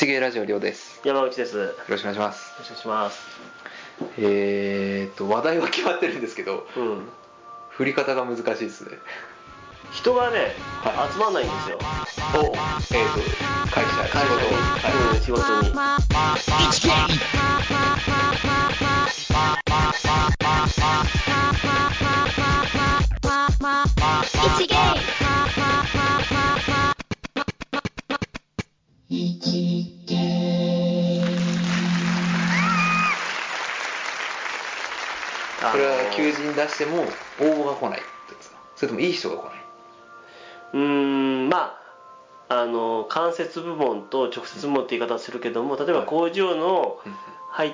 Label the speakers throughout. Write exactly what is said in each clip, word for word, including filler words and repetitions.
Speaker 1: 一芸ラジオりょうです。
Speaker 2: 山内です。よ
Speaker 1: ろしくお願いします。
Speaker 2: ろしくお願いします。
Speaker 1: えーっと話題は決まってるんですけど、
Speaker 2: うん。
Speaker 1: 振り方が難しいですね。
Speaker 2: 人がね、
Speaker 1: はい
Speaker 2: 集まんないんですよ。
Speaker 1: お、えーっと会社、
Speaker 2: 会社に、
Speaker 1: 仕事、
Speaker 2: うん、仕事に。
Speaker 3: 一芸一芸
Speaker 1: これは求人出しても応募が来ないってことですか？それともいい人が来ない？
Speaker 2: うーん、まあ、あの間接部門と直接部門って言い方をするけども、例えば工場の入って、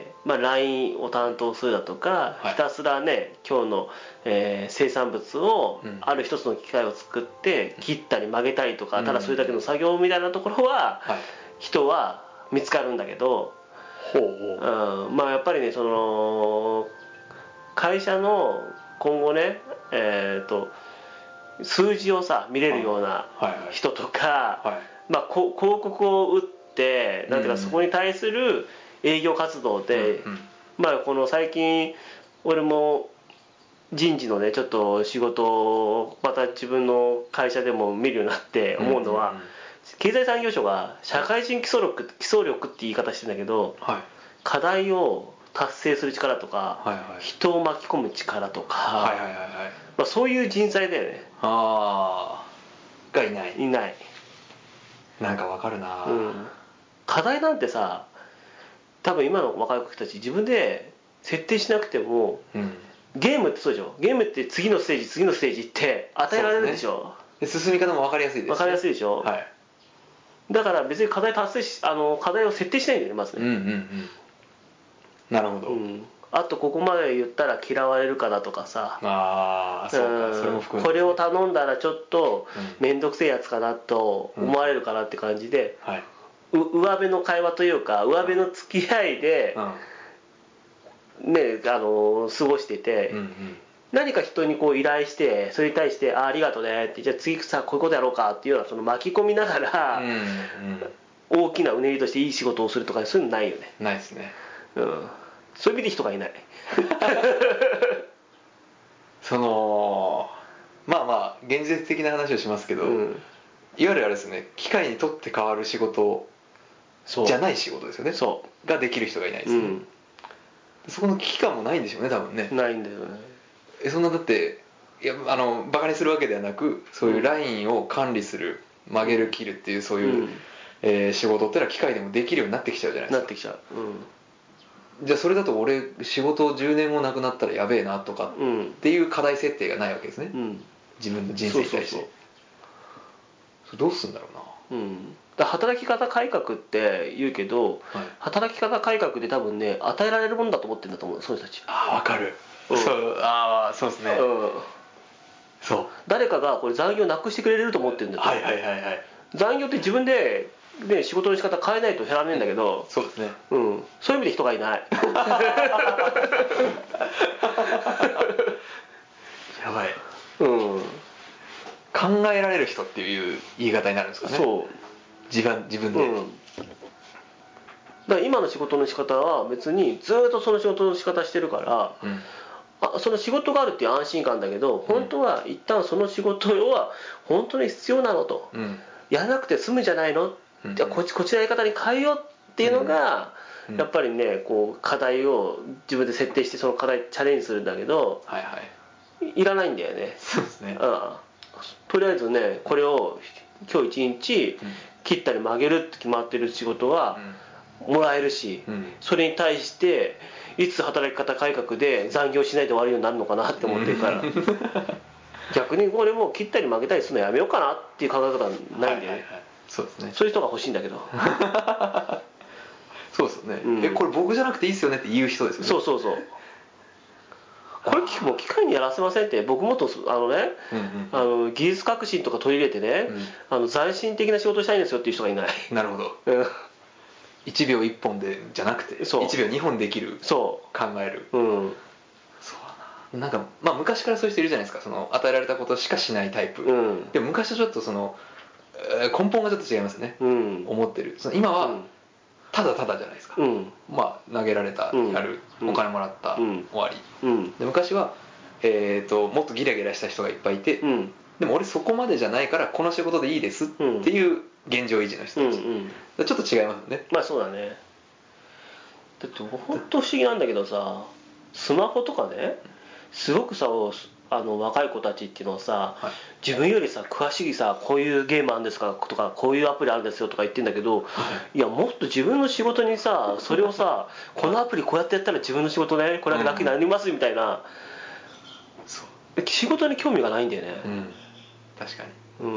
Speaker 2: まあ、ラインを担当するだとか、
Speaker 1: はい、
Speaker 2: ひたすらね今日の、えー、生産物をある一つの機械を作って切ったり曲げたりとか、ただそれだけの作業みたいなところは、はい、人は見つかるんだけど、
Speaker 1: ほうほう、
Speaker 2: うん、まあやっぱりねその会社の今後ね、えー、と数字をさ見れるような人とか、はいはいはい、まあ、こ広告を打ってなんていうかそこに対する営業活動で、うんうん、まあこの最近俺も人事のねちょっと仕事をまた自分の会社でも見るようになって思うのは、うんうんうん、経済産業省が社会人基礎力、基礎力って言い方してるんだけど、はい、課題を達成する力とか、はいはい、人を巻き込む力とか、はいはいはいはい、まあ、そういう人材だよね。
Speaker 1: あーがいない
Speaker 2: いない。
Speaker 1: なんかわかるな、
Speaker 2: うん、課題なんてさ多分今の若い子たち自分で設定しなくても、うん、ゲームってそうでしょ。ゲームって次のステージ次のステージって与えられるでしょ。
Speaker 1: で進み方も分かりやすいです、ね、
Speaker 2: 分かりやすいでしょ、はい、だから別に課題達成しあの課題を設定しないんだよねまずね。
Speaker 1: うんうんうん、なるほど、
Speaker 2: うん、あとここまで言ったら嫌われるかなとかさ、
Speaker 1: あそうか、うん、それも含めて、
Speaker 2: これを頼んだらちょっと面倒くせえやつかなと思われるかなって感じで、うん、はい、う上辺の会話というか上辺の付き合いで、うん、ね、あの過ごしてて、うんうん、何か人にこう依頼してそれに対して あ, ありがとうねってじゃあ次さこういうことやろうかっていうようなその巻き込みながら、うんうん、大きなうねりとしていい仕事をするとかそういうのないよね。
Speaker 1: ないですね、
Speaker 2: うん、そういう意味で人がいない
Speaker 1: そのまあまあ現実的な話をしますけど、うん、いわゆるあれですね、機械にとって変わる仕事じゃない仕事ですよね。そうができる人がいないですね、うん、そこの危機感もないんでしょうね多分ね。
Speaker 2: ないんだよね。
Speaker 1: えそんなだっていやあのバカにするわけではなくそういうラインを管理する、曲げる切るっていうそういう、うん、えー、仕事ってのは機械でもできるようになってきちゃうじゃないですか。
Speaker 2: なってきちゃう、
Speaker 1: うん、じゃあそれだと俺仕事じゅうねんごなくなったらやべえなとかっていう課題設定がないわけですね、うん、自分の人生に対して。そうそうそう、それどうすんだろうな、うん、
Speaker 2: だ働き方改革って言うけど、はい、働き方改革で多分ね与えられるもんだと思ってるんだと思うその人たち。
Speaker 1: ああ分かる、うん、そうあそうですね、うん、
Speaker 2: そう誰かがこれ残業なくしてくれると思ってるんだと。
Speaker 1: はいはいはいはい、
Speaker 2: 残業って自分で、ね、仕事の仕方変えないと減らねえんだけど、うん、
Speaker 1: そうですね、
Speaker 2: うん、そういう意味で人がいない
Speaker 1: やばい、
Speaker 2: うん、
Speaker 1: 考えられる人っていう言い方になるんですかね。そう自分自分で、うん、だ
Speaker 2: から今の仕事の仕方は別にずっとその仕事の仕方してるから、うん、あその仕事があるっていう安心感だけど、本当は一旦その仕事は本当に必要なのと、うん、やらなくて済むじゃないの、うん、じゃあこっちこっちのやり方に変えようっていうのが、うん、やっぱりねこう課題を自分で設定してその課題チャレンジするんだけど、はいはい、いらないんだよね。
Speaker 1: そうですね、
Speaker 2: うん、とりあえずねこれを今日一日切ったり曲げるって決まってる仕事はもらえるし、うん、それに対していつ働き方改革で残業しないで終わるようになるのかなって思ってるから、うん、逆に俺も切ったり曲げたりするのやめようかなっていう考え方はないんだよね、はいはいはい、
Speaker 1: そうですね、
Speaker 2: そういう人が欲しいんだけど
Speaker 1: そうですよね、うん、えこれ僕じゃなくていいっすよねって言う人ですよね。
Speaker 2: そうそうそう、これもう機械にやらせませんって。僕もっとあのね、うんうんうん、あの技術革新とか取り入れてね、うん、あの斬新的な仕事をしたいんですよっていう人がいない。
Speaker 1: なるほどいちびょういっぽんでじゃなくていちびょうにほんできる、そう考える、うん、そうだな、なんか、まあ、昔からそういう人いるじゃないですか、その与えられたことしかしないタイプ、うん、でも昔はちょっとその根本がちょっと違いますね、うん、思ってる。その今はただただじゃないですか、うん、まあ投げられた、やる、お金もらった、終わり、で昔は、えーともっとギラギラした人がいっぱいいて、でも俺そこまでじゃないからこの仕事でいいですっていう現状維持の人たち、うんうん、ちょっと違いますよね。
Speaker 2: まあそうだね。だって本当不思議なんだけどさ、スマホとかね、すごくさ、あの若い子たちっていうのはさ、はい、自分よりさ詳しいさ、こういうゲームあるんですかとか、こういうアプリあるんですよとか言ってんだけど、はい、いやもっと自分の仕事にさ、それをさこのアプリこうやってやったら自分の仕事ねこれだけ楽になりますみたいな、うん、仕事に興味がないんだよね、うん、
Speaker 1: 確かに、うん、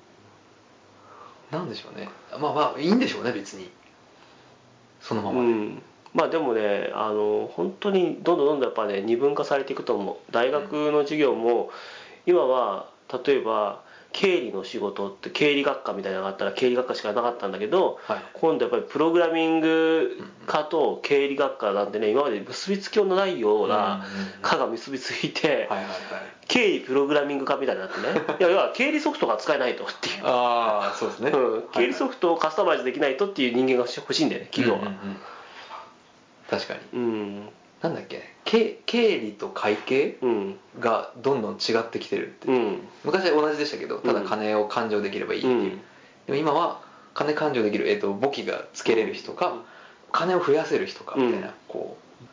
Speaker 1: なんでしょうね。まあまあいいんでしょうね、別にそのままで、うん、
Speaker 2: まあでもね、あの本当にどんどんどんどんやっぱね二分化されていくと思う。大学の授業も今は例えば経理の仕事って経理学科みたいなのがあったら経理学科しかなかったんだけど、はい、今度やっぱりプログラミング科と経理学科なんてね、今まで結びつきのないような科が結びついて、経理プログラミング科みたいになってね、いや要は経理ソフトが使えないとっていう、
Speaker 1: ああそうですね、
Speaker 2: うん、経理ソフトをカスタマイズできないとっていう人間が欲しいんだよね、企業は、うんうんうん、
Speaker 1: 確かに、うん、なんだっけ、経理と会計がどんどん違ってきてるって、うん、昔は同じでしたけど、ただ金を勘定できればいいっていう、うん、でも今は金勘定できる、えーと、簿記がつけれる人か、うん、金を増やせる人かみたいな、うん、こう、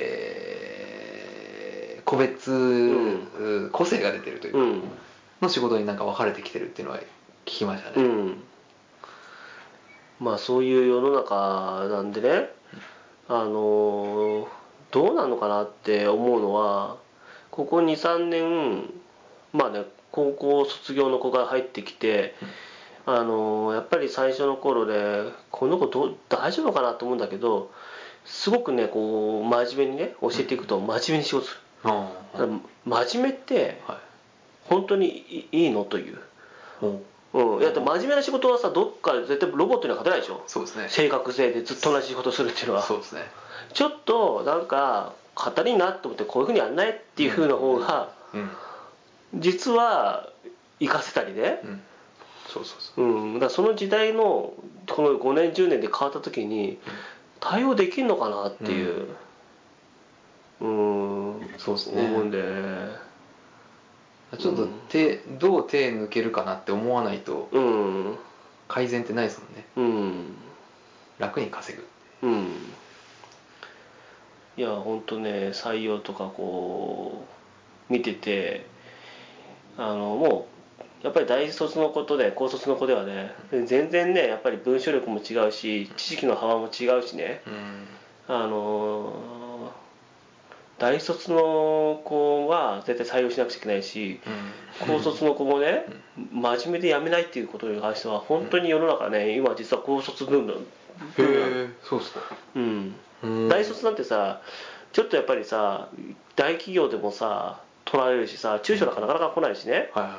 Speaker 1: えー、個別、うん、個性が出てるというか、うん、の仕事になんか分かれてきてるっていうのは聞きましたね、うん、
Speaker 2: まあそういう世の中なんでね、あのどうなのかなって思うのは、ここ にさんねんまあね高校卒業の子が入ってきて、あのやっぱり最初の頃でこの子ど大丈夫かなと思うんだけど、すごくねこう真面目にね教えていくと真面目に仕事する、うん、真面目って本当にいいのという、うん、いや真面目な仕事はさどっかで絶対ロボットには勝てないでしょ。
Speaker 1: そうですね、
Speaker 2: 正確性でずっと同じ仕事するっていうのは。
Speaker 1: そうですね、
Speaker 2: ちょっとなんか語りになって思ってこういうふうにやんないっていうふうな方が、うん、実は活かせたりね、うん、そうそうそう、うん、だからその時代のこのごねんじゅうねんで変わった時に対応できるのかなっていう、うん、うん、
Speaker 1: そうですね、
Speaker 2: 思うんでね。
Speaker 1: ちょっと手、うん、どう手抜けるかなって思わないと改善ってないですもんね、うん、楽に稼ぐ、うん、
Speaker 2: いや本当ね採用とかこう見てて、あのもうやっぱり大卒のことで高卒の子ではね全然ねやっぱり文章力も違うし知識の幅も違うしね、うん、あの大卒の子は絶対採用しなくちゃいけないし、うん、高卒の子もね、うん、真面目で辞めないっていうことに関しては本当に世の中ね今実は高卒ブームへ
Speaker 1: え、そうっすか、
Speaker 2: うん、大卒なんてさちょっとやっぱりさ大企業でもさ取られるしさ中小なんかなかなか来ないしね、うん、はいはい、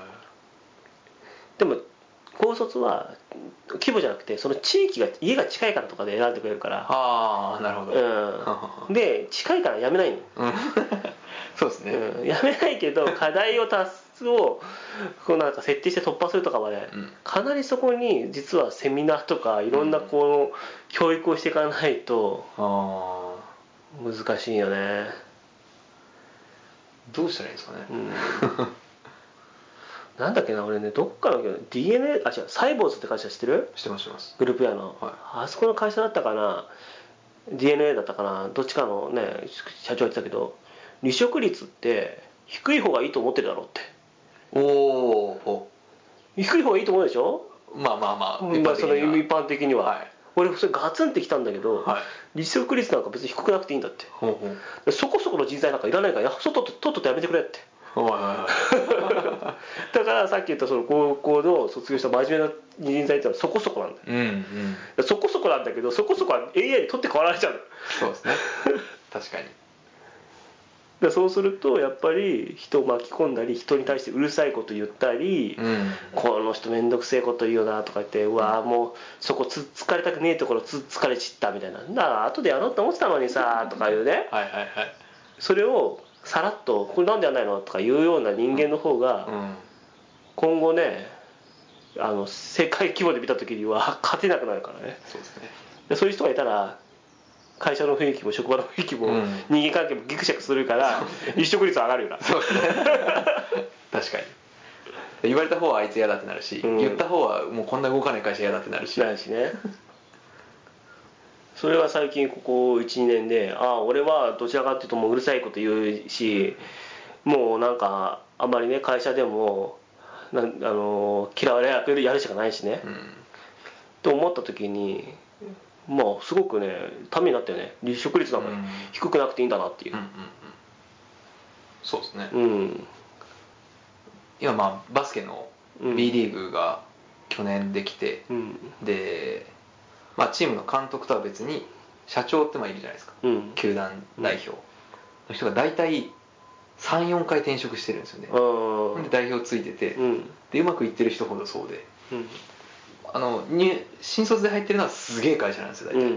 Speaker 2: でも高卒は規模じゃなくてその地域が家が近いからとかで選んでくれるから、
Speaker 1: ああなるほど、
Speaker 2: うん、で近いから辞めないの、
Speaker 1: うん、そうですね、
Speaker 2: うん、辞めないけど課題を達成をこうなんか設定して突破するとかはね、うん、かなりそこに実はセミナーとかいろんなこう、うん、教育をしていかないと難しいよね。
Speaker 1: どうしたらいいんですかね、うん
Speaker 2: なんだっけな、俺ねどっかの ディーエヌエー あ違うサイボーズって会社知ってる？
Speaker 1: 知ってます知ってます。
Speaker 2: グループ屋の、はい、あそこの会社だったかな ディーエヌエー だったかなどっちかのね社長言ってたけど、離職率って低い方がいいと思ってるだろうって。おお低い方がいいと思うでしょ。
Speaker 1: まあまあまあ
Speaker 2: 一般的には、一般的には、はい、俺それガツンってきたんだけど、はい、離職率なんか別に低くなくていいんだって、ほうほう、そこそこの人材なんかいらないから外ととっととやめてくれってだからさっき言ったその高校の卒業した真面目な人材ってのはそこそこなんだよ、うんうん、そこそこなんだけどそこそこは エーアイ に取って代わられちゃうの。
Speaker 1: そうですね確かに。
Speaker 2: でそうするとやっぱり人を巻き込んだり人に対してうるさいこと言ったり、うん、この人めんどくせえこと言うよなとか言って、うわもうそこつっつかれたくねえところつっつかれちったみたいな、だから後でやろうと思ってたのにさとか言うねはいはい、はい、それをさらっとこれなんでやんないのとか言うような人間の方が今後ねあの世界規模で見た時には勝てなくなるからね。
Speaker 1: そうですね。
Speaker 2: でそういう人がいたら会社の雰囲気も職場の雰囲気も、うん、人間関係もギクシャクするから離職率上がるよな。
Speaker 1: そうですね確かに言われた方はあいつ嫌だってなるし、うん、言った方はもうこんな動かない会社嫌だってなるし
Speaker 2: なるしねそれは最近ここ いちにねんで、ああ俺はどちらかっていうともううるさいこと言うし、もうなんかあんまりね会社でもなあの嫌われ役でやるしかないしね、うん、と思った時にまあすごくねためになったよね。離職率なんか低くなくていいんだなっていう、うんうんうん、
Speaker 1: そうですね、
Speaker 2: うん、
Speaker 1: 今まあバスケの B リーグが去年できて、うん、で、まあ、チームの監督とは別に社長ってまあいるじゃないですか、うん、球団代表の人が大体 さん,よん 回転職してるんですよね、うん、で代表ついてて、うん、でうまくいってる人ほどそうで、うん、あのに新卒で入ってるのはすげえ会社なんですよ大体、うんうん、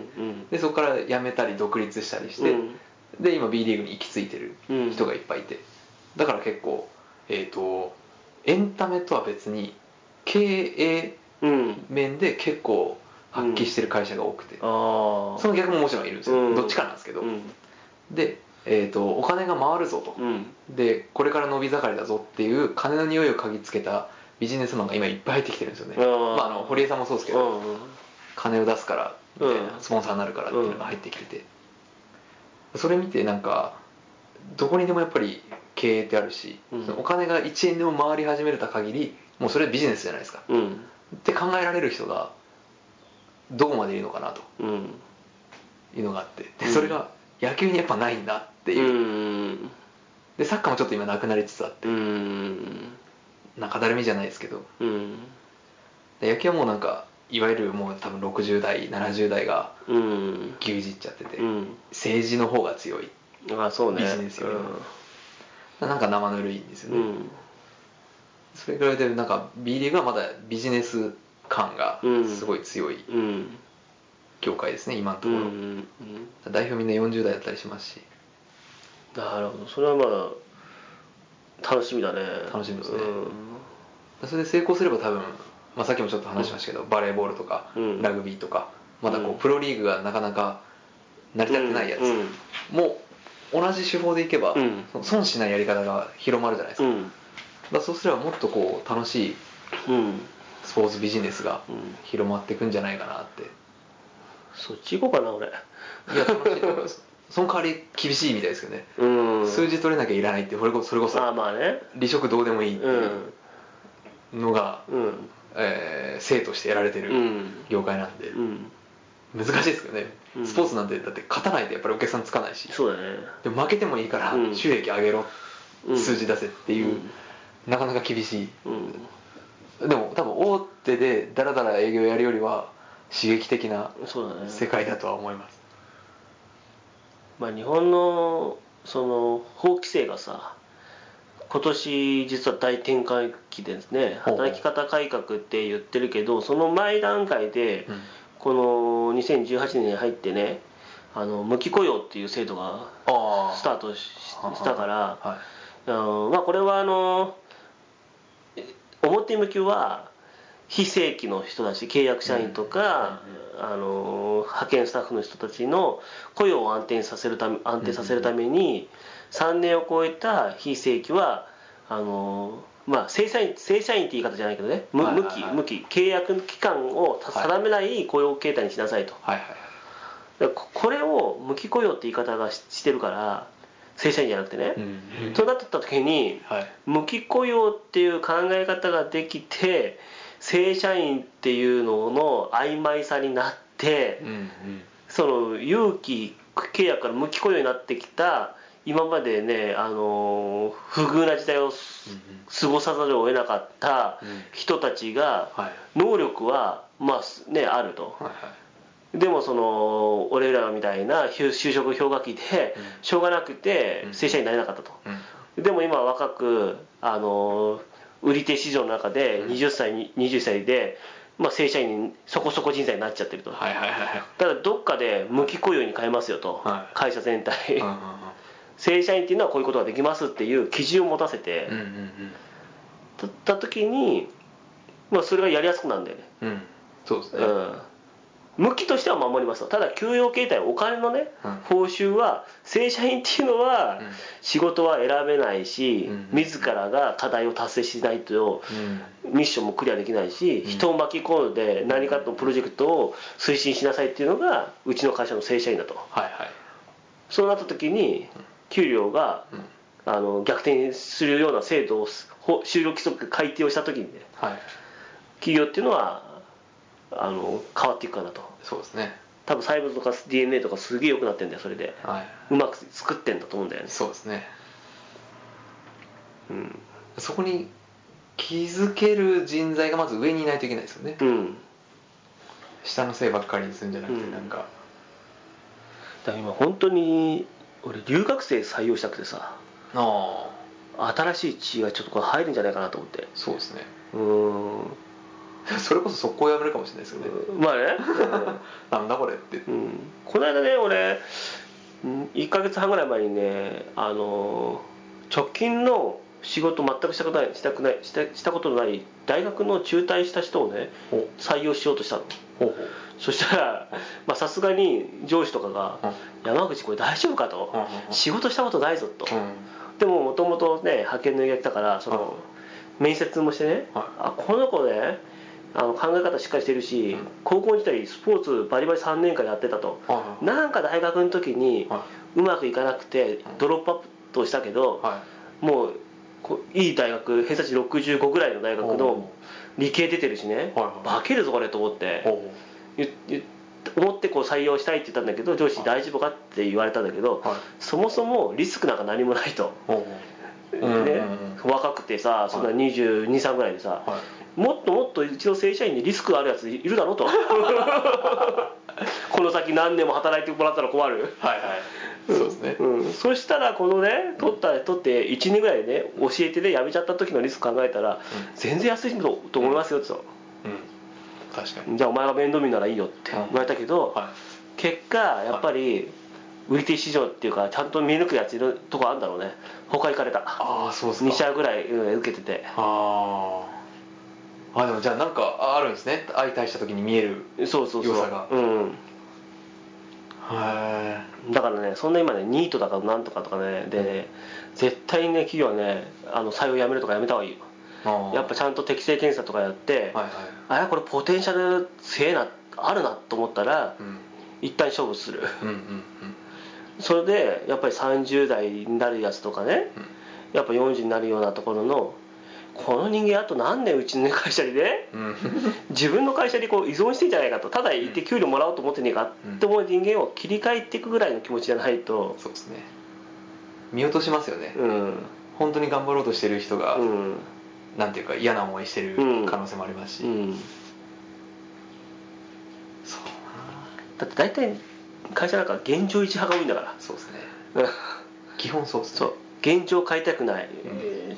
Speaker 1: でそこから辞めたり独立したりして、うん、で今 B リーグに行き着いてる人がいっぱいいて、だから結構えっとエンタメとは別に経営面で結構発揮してる会社が多くて、うん、その逆ももちろんいるんですよ、うん、どっちかなんですけど、うん、で、えーと、お金が回るぞと、うん、でこれから伸び盛りだぞっていう金の匂いを嗅ぎつけたビジネスマンが今いっぱい入ってきてるんですよね、まあ、あの堀江さんもそうですけど、金を出すからみたいな、スポンサーになるからっていうのが入ってきてて、それ見てなんかどこにでもやっぱり経営ってあるし、うん、そのお金がいちえんでも回り始めた限りもうそれはビジネスじゃないですか、うん、って考えられる人がどこまでいるのかなと、うん、いうのがあって、でそれが野球にやっぱないんだっていう、うん、でサッカーもちょっと今なくなりつつあって、うん、中だるみじゃないですけど、うん、で野球はもうなんかいわゆるもう多分ろくじゅう代ななじゅう代が牛耳っちゃってて、うん、政治の方が強い、
Speaker 2: あそうね、
Speaker 1: ビジネスよりも、うん、なんか生ぬるいんですよね、うん、それぐらいでなんか B リーグはまだビジネス感がすごい強い業界ですね今のところ、うんうんうん、代表みんなよんじゅう代だったりしますし。
Speaker 2: なるほど、それはまあ楽しみだね。
Speaker 1: 楽しみですね、うん、それで成功すれば多分、まあ、さっきもちょっと話しましたけど、うん、バレーボールとか、うん、ラグビーとかまだこう、うん、プロリーグがなかなか成り立ってないやつ、うん、もう同じ手法でいけば、うん、損しないやり方が広まるじゃないですか、うん、だからそうすればもっとこう楽しいスポーツビジネスが広まっていくんじゃないかなって、うん、
Speaker 2: そっち行こうかな俺。い
Speaker 1: や楽しいと思いますその代わり厳しいみたいですけどね、うん、数字取れなきゃいらないってそれこそ、それこそ
Speaker 2: あまあね、
Speaker 1: 離職どうでもいいっていうのが、うんえー、生としてやられてる業界なんで、うん、難しいですけどね、うん、スポーツなんてだって勝たないとやっぱりお客さんつかないし、
Speaker 2: そうだね、
Speaker 1: でも負けてもいいから収益上げろ、うん、数字出せっていう、うん、なかなか厳しい、うん、でも多分大手でダラダラ営業やるよりは刺激的な世界だとは思います。
Speaker 2: まあ、日本のその法規制がさ今年実は大転換期ですね、働き方改革って言ってるけどその前段階で、うん、このにせんじゅうはちねんに入ってねあの無期雇用っていう制度がスタート し, したから、はい、うんまあ、これはあの表向きは非正規の人たち契約社員とか、うん、あの派遣スタッフの人たちの雇用を安定させるため安定させるためにさんねんを超えた非正規はあのまあ正社員正社員って言い方じゃないけどね、無期無期契約期間を定めない雇用形態にしなさいと、はいはいはい、これを無期雇用って言い方が し, してるから正社員じゃなくてね、うん、となった時に、はい、無期雇用っていう考え方ができて正社員っていうのの曖昧さになって、うんうん、その有期契約から無期雇用になってきた今までね、あの不遇な時代を過ごさざるを得なかった人たちが、能力はまあねあると、はいはい、でもその俺らみたいな就職氷河期でしょうがなくて正社員になれなかったと、うん、でも今若くあの売り手市場の中ではたちにじゅっさいで、まあ、正社員にそこそこ人材になっちゃってると、はいはいはい、ただどっかで無期雇用に変えますよと、はい、会社全体、うんうんうん、正社員っていうのはこういうことができますっていう基準を持たせて、うんうんうん、た時にまあそれがやりやすくなるんだよね。
Speaker 1: うん、そうですね。うん、
Speaker 2: 向きとしては守りますと。ただ給与形態お金のね、うん、報酬は正社員っていうのは仕事は選べないし、うん、自らが課題を達成しないとミッションもクリアできないし、うん、人を巻き込んで何かのプロジェクトを推進しなさいっていうのがうちの会社の正社員だと、はいはい、そうなった時に給料が、うん、あの逆転するような制度を就労規則改定をした時にね、はい、企業っていうのはあの変わっていくかなと。
Speaker 1: そうですね。
Speaker 2: 多分細胞とか ディーエヌエー とかすげえ良くなってんだよそれで、はい、うまく作ってんだと思うんだよね。
Speaker 1: そうですね、うん、そこに気づける人材がまず上にいないといけないですよね、うん、下のせいばっかりにするんじゃなくて、うん、なんか
Speaker 2: だから今本当に俺留学生採用したくてさ、あ新しい血がちょっとこれ入るんじゃないかなと思って。
Speaker 1: そうですね、うーんそれこそ速攻やめるかもしれないですよね。
Speaker 2: まあね、
Speaker 1: うん、なんだこれって、うん、
Speaker 2: この間ね俺いっかげつはんぐらい前にね、あの直近の仕事全くしたことないしたくないしたしたことのない大学の中退した人をね採用しようとしたの。ほうほう。そしたらさすがに上司とかが「山口これ大丈夫か?」と「仕事したことないぞ」と。でももともとね派遣の営業やってたからその面接もしてね、あこの子ねあの考え方しっかりしてるし、うん、高校時代スポーツバリバリさんねんかんやってたと、はい、なんか大学の時にうまくいかなくてドロップアップをしたけど、はい、もういい大学偏差値ろくじゅうごぐらいの大学の理系出てるしね、はい、化けるぞこれと思って思ってこう採用したいって言ったんだけど上司大丈夫かって言われたんだけど、はい、そもそもリスクなんか何もないと、ね、若くてさそんなにじゅうに、さんぐらいでさ、はい、もっともっとうちの正社員にリスクあるやついるだろうとこの先何年も働いてもらったら困る。はいはい、そうですね、うん、そしたらこのね取った取っていちねんぐらいでね教えてで辞めちゃった時のリスク考えたら、うん、全然安いと思いますよって言った、うんうん、確かにじゃあお前が面倒見ならいいよって言われたけど、はい、結果やっぱり売り手市場っていうかちゃんと見抜くやついるとこあるんだろうね。他行かれた。ああそうですか。に社ぐらい受けてて。あ
Speaker 1: あでもじゃあなんかあるんですね、相対した時に見える良さが。そうそうそう、うん、
Speaker 2: へえ。だからねそんな今ねニートだからなんとかとかねでね、うん、絶対にね企業はねあの採用やめるとかやめた方がいいよ。やっぱちゃんと適性検査とかやって、はいはい、あれこれポテンシャル強えなあるなと思ったら、うん、一旦勝負する、うんうんうん、それでやっぱりさんじゅう代になるやつとかね、うん、やっぱよんじゅうになるようなところのこの人間あと何年うちの会社にね、うん、自分の会社にこう依存してんじゃないかと、ただいて給料もらおうと思ってねえかって思う人間を切り替えていくぐらいの気持ちじゃないと。
Speaker 1: そうですね、見落としますよね、うん、本当に頑張ろうとしてる人が、うん、なんていうか嫌な思いしてる可能性もありますし、うんうん、
Speaker 2: そうだって大体会社なんか現状維持派が多いんだから。
Speaker 1: そうですね基本そうですね。
Speaker 2: そう現状変えたくない、うん、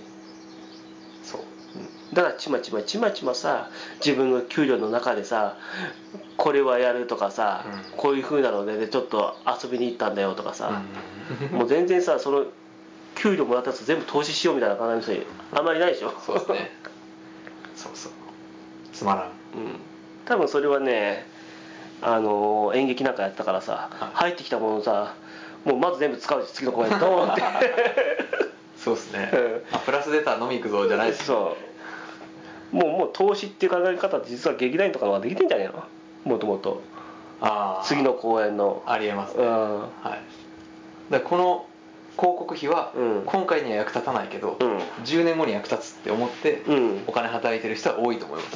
Speaker 2: そうだからちまちまちまちまさ自分の給料の中でさこれはやるとかさ、うん、こういう風なのでちょっと遊びに行ったんだよとかさ、うん、もう全然さその給料もらったやつ全部投資しようみたいな感じの人あんまりないでしょ。
Speaker 1: そうですねそうそうつまらん、うん、
Speaker 2: 多分それはねあの演劇なんかやったからさ、はい、入ってきたものさもうまず全部使うし次の公演ドーンって
Speaker 1: そうですね、うん、あプラス出たら飲み行くぞじゃないです、ね、
Speaker 2: そうもうもう投資っていう考え方って実は劇団員とかの方ができてんじゃねえのもともと。あ次の公演の
Speaker 1: ありえますね、うん、はい、だからこの広告費は今回には役立たないけど、うん、じゅうねんごに役立つって思ってお金働いてる人は多いと思います、うん、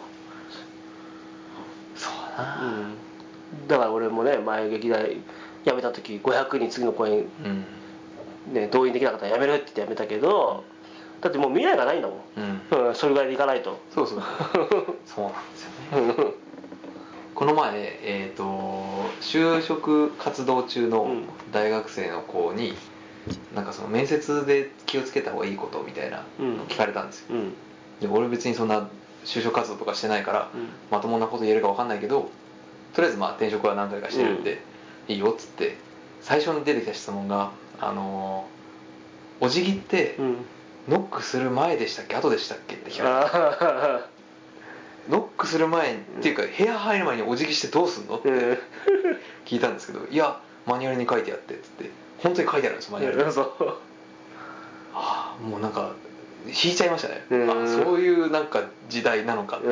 Speaker 2: そうそうだな、うん、だから俺もね前劇団辞めた時ごひゃくにん次の公演、うんね、動員できなかったら辞めるって言って辞めたけど、うん、だってもう未来がないんだもん、うんうん、それぐらいでいかないと。
Speaker 1: そうそうそうなんですよねこの前、えーと、就職活動中の大学生の子に、うん、なんかその面接で気をつけた方がいいことみたいなの聞かれたんですよ、うん、で俺別にそんな就職活動とかしてないから、うん、まともなこと言えるか分かんないけどとりあえずまあ転職は何回かしてるんで、うん、いいよっつって最初に出てきた質問があのー、お辞儀って、うん、ノックする前でしたっけ後でしたっけって聞かれたノックする前っていうか部屋入る前にお辞儀してどうすんのって聞いたんですけど、いやマニュアルに書いてあってっつって、本当に書いてあるんですマニュアルに。はあ、もうなんか引いちゃいましたね。あ、そういうなんか時代なのかっていう。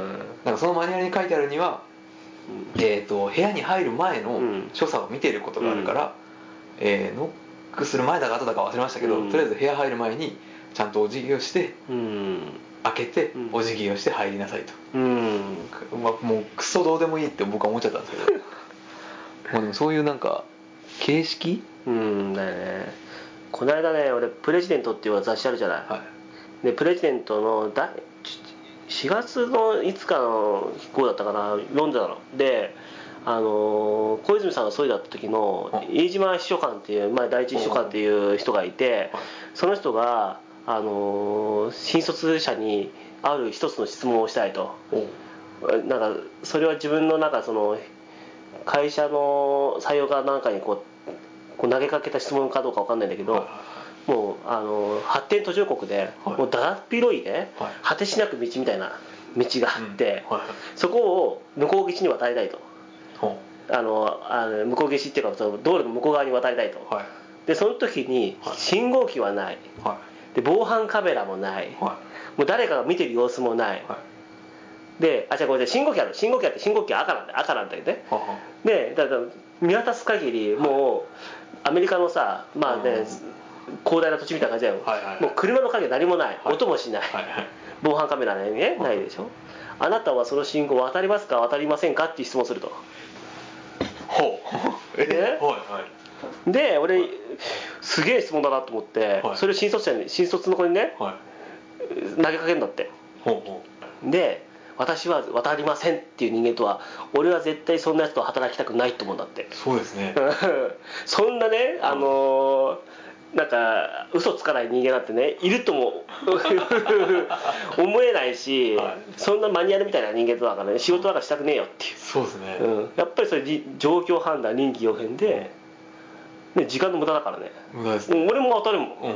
Speaker 1: なんかそのマニュアルに書いてあるには、えーと部屋に入る前の所作を見ていることがあるから、えー、ノックする前だか後だか忘れましたけど、とりあえず部屋入る前にちゃんとお辞儀をして、開けてお辞儀をして入りなさいと。まあ、もうクソどうでもいいって僕は思っちゃったんですけどまあでもそういうなんか形式
Speaker 2: うんだよね。この間ね、俺プレジデントっていう雑誌あるじゃない、はい、でプレジデントのだしがつのいつかの飛行だったかな、読んでたので、あの小泉さんが総理だった時の飯島秘書官っていう、まあ、第一秘書官っていう人がいて、その人が、あの新卒者にある一つの質問をしたいと。なんかそれは自分の中その会社の採用かなんかにこう、こう投げかけた質問かどうか分かんないんだけど、もうあの発展途上国で、もうだだっ広いね、果てしなく道みたいな道があって、そこを向こう岸に渡りたいと。あのあの向こう岸っていうか、その道路の向こう側に渡りたいと。でその時に信号機はない、で防犯カメラもない、もう誰かが見てる様子もない、で、あ、じゃあこれで信号機ある、信号機あって信号機は赤なんだ、赤なんだよね。で、だから見渡す限りもうアメリカのさ、まあね、広大な土地みたいな感じだよ。もう車の影何もない、音もしない、防犯カメラね、ないでしょ。あなたはその信号渡りますか渡りませんかっていう質問すると。
Speaker 1: ほう。え、
Speaker 2: で、俺すげえ質問だなと思って、それを新卒者に、新卒の子にね、投げかけるんだって。で、私は渡りませんっていう人間とは、俺は絶対そんなやつと働きたくないと思うんだって。
Speaker 1: そうですね
Speaker 2: そんなね、あのー、なんか嘘つかない人間なんてね、いるとも思えないし、はい、そんなマニュアルみたいな人間とだからね、仕事なんかしたくねえよっていう。
Speaker 1: そうですね、
Speaker 2: うん、やっぱりそれ状況判断、臨機応変で、ね、時間の無駄だからね。
Speaker 1: 無駄ですね。
Speaker 2: 俺も当たるもん、うん、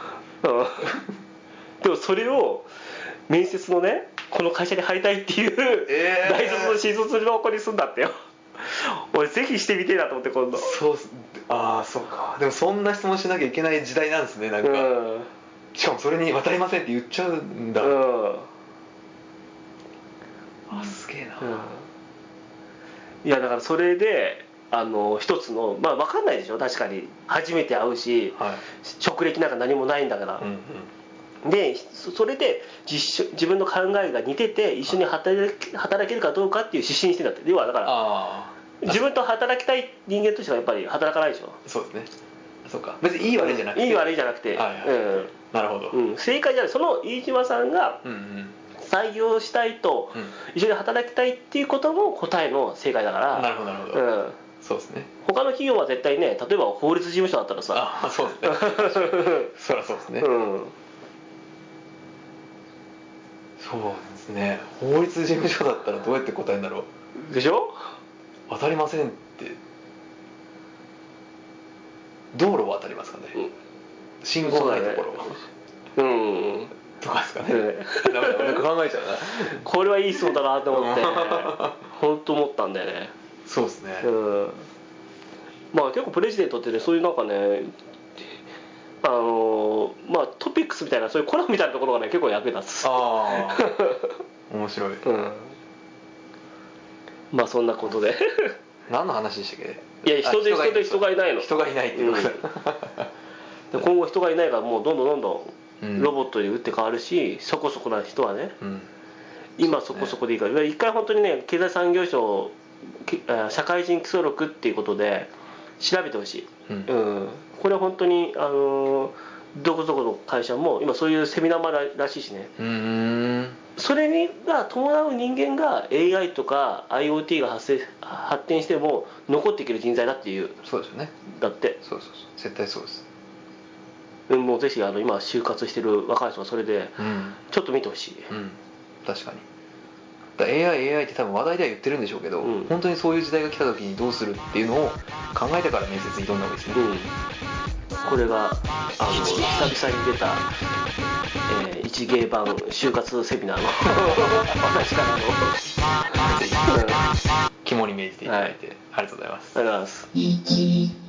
Speaker 2: でもそれを面接のね、この会社に入りたいっていう、えー、大卒の新卒の子にすんだってよ。俺ぜひしてみてえなと思って、今度。
Speaker 1: そう、ああそうか。でもそんな質問しなきゃいけない時代なんですね、なんか、うん、しかもそれに渡りませんって言っちゃうんだ、うん、あ、すげえな、うん、
Speaker 2: いやだからそれであの一つの、まあ分かんないでしょ、確かに初めて会うし、はい、職歴なんか何もないんだから、うんうん、でそれで 自, 自分の考えが似てて一緒に働け、働けるかどうかっていう指針してんだって。要はだから、あ、自分と働きたい人間としてはやっぱり働かないでしょ。
Speaker 1: そうですね。そうか、別にいい悪いじゃなくて、
Speaker 2: いい悪いじゃなくて、はいはい、うん、
Speaker 1: なるほど、
Speaker 2: うん、正解じゃない。その飯島さんが採用したいと、うん、一緒に働きたいっていうことも答えの正解だから。
Speaker 1: なるほどなるほど、うん、そうですね。
Speaker 2: 他の企業は絶対ね、例えば法律事務所だったらさ、
Speaker 1: あ、そうですねそりゃそうですね、うん、そうですね。法律事務所だったらどうやって答えるんだろ
Speaker 2: う。でしょ。
Speaker 1: 当たりませんって。道路は当たりますかね、うん、信号ないところは、う、ね、うんとかですかね、うん、ダメだ、なんか考えちゃうな
Speaker 2: これはいい質問だなと思って本当思ったんだよね。
Speaker 1: そうですね、うん、
Speaker 2: まあ結構プレジデントってね、そういうなんかね、あのまあトピックスみたいな、そういうコラムみたいなところがね結構役に立つ。ああ
Speaker 1: 面白い、うん、
Speaker 2: まあそんなことで
Speaker 1: 何の話でしたっけ。
Speaker 2: いや、人で人で人がいないの。
Speaker 1: 人がいないっていうこと、
Speaker 2: うん、今後人がいないから、もうどんどんどんどんロボットに打って変わるし、うん、そこそこな人はね、うん、今そこそこでいいから、一回本当にね、経済産業省社会人基礎録っていうことで調べてほしい、うんうん、これは本当にあのどこどこの会社も今そういうセミナーもあるらしいしね。うーん、それにが伴う人間が エーアイ とか IoT が発生発展しても残っていける人材だっていう。
Speaker 1: そうですよね。
Speaker 2: だって
Speaker 1: そうそうそう、絶対そうです。
Speaker 2: もうぜひあの今就活してる若い人はそれでちょっと見てほしい、うん、うん、
Speaker 1: 確かに。だ エーアイ、エーアイ って多分話題では言ってるんでしょうけど、うん、本当にそういう時代が来た時にどうするっていうのを考えてから面接に挑んだ方がいいですね、うん、
Speaker 2: これがあの久々に出た、えー一芸版就活セミナーの話からの
Speaker 1: ぜひ肝に銘じていただいて、はい、ありがとうございます。
Speaker 2: ありがとうございます。